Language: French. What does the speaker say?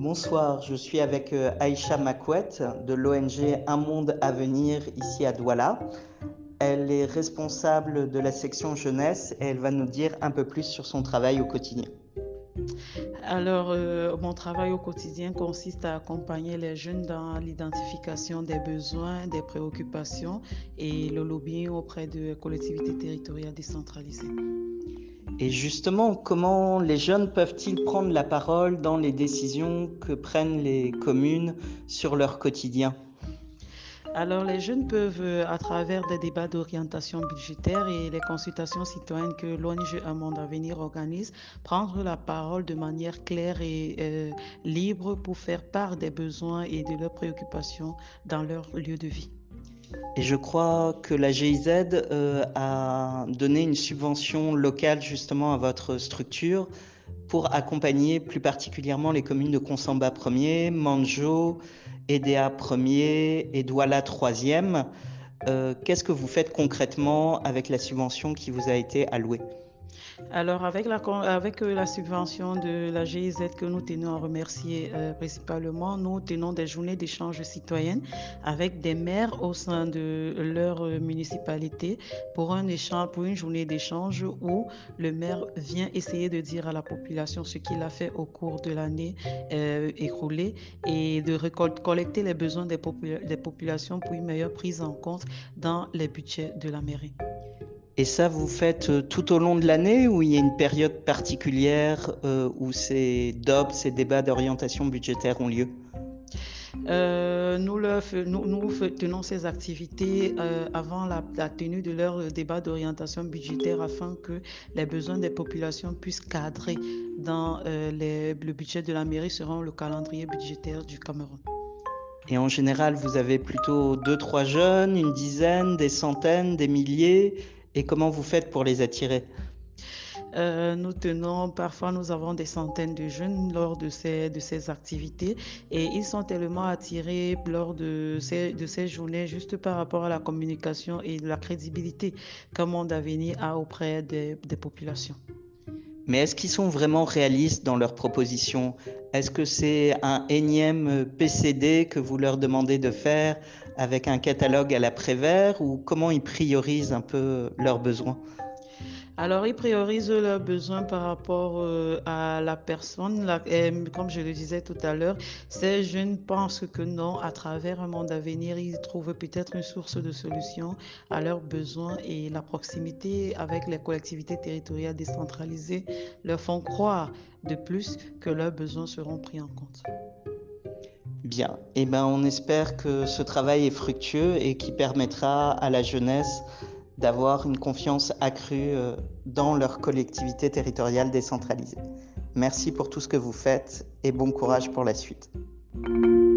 Bonsoir, je suis avec Aïcha Makwet de l'ONG Un Monde à Venir ici à Douala. Elle est responsable de la section jeunesse et elle va nous dire un peu plus sur son travail au quotidien. Alors, mon travail au quotidien consiste à accompagner les jeunes dans l'identification des besoins, des préoccupations et le lobbying auprès de collectivités territoriales décentralisées. Et justement, comment les jeunes peuvent-ils prendre la parole dans les décisions que prennent les communes sur leur quotidien? Alors, les jeunes peuvent, à travers des débats d'orientation budgétaire et les consultations citoyennes que l'ONG Un Monde à Venir organise, prendre la parole de manière claire et libre pour faire part des besoins et de leurs préoccupations dans leur lieu de vie. Et je crois que la GIZ a donné une subvention locale justement à votre structure pour accompagner plus particulièrement les communes de Konsamba 1er, Manjo, Edea 1er et Douala 3e. Qu'est-ce que vous faites concrètement avec la subvention qui vous a été allouée? Alors, avec la subvention de la GIZ que nous tenons à remercier principalement, nous tenons des journées d'échange citoyennes avec des maires au sein de leur municipalité pour une journée d'échange où le maire vient essayer de dire à la population ce qu'il a fait au cours de l'année écoulée et de collecter les besoins des populations pour une meilleure prise en compte dans les budgets de la mairie. Et ça, vous faites tout au long de l'année ou il y a une période particulière où ces débats d'orientation budgétaire ont lieu? Nous tenons ces activités avant la tenue de leur débat d'orientation budgétaire afin que les besoins des populations puissent cadrer dans le budget de la mairie selon le calendrier budgétaire du Cameroun. Et en général, vous avez plutôt 2-3 jeunes, une dizaine, des centaines, des milliers? Et comment vous faites pour les attirer? Parfois nous avons des centaines de jeunes lors de ces activités et ils sont tellement attirés lors de ces journées juste par rapport à la communication et la crédibilité qu'un monde à venir a auprès des populations. Mais est-ce qu'ils sont vraiment réalistes dans leurs propositions? Est-ce que c'est un énième PCD que vous leur demandez de faire avec un catalogue à la Prévert ou comment ils priorisent un peu leurs besoins? Alors, ils priorisent leurs besoins par rapport à la personne. Comme je le disais tout à l'heure, ces jeunes pensent que non, à travers un monde à venir, ils trouvent peut-être une source de solution à leurs besoins et la proximité avec les collectivités territoriales décentralisées leur font croire de plus que leurs besoins seront pris en compte. Bien, eh ben, on espère que ce travail est fructueux et qui permettra à la jeunesse d'avoir une confiance accrue dans leur collectivité territoriale décentralisée. Merci pour tout ce que vous faites et bon courage pour la suite.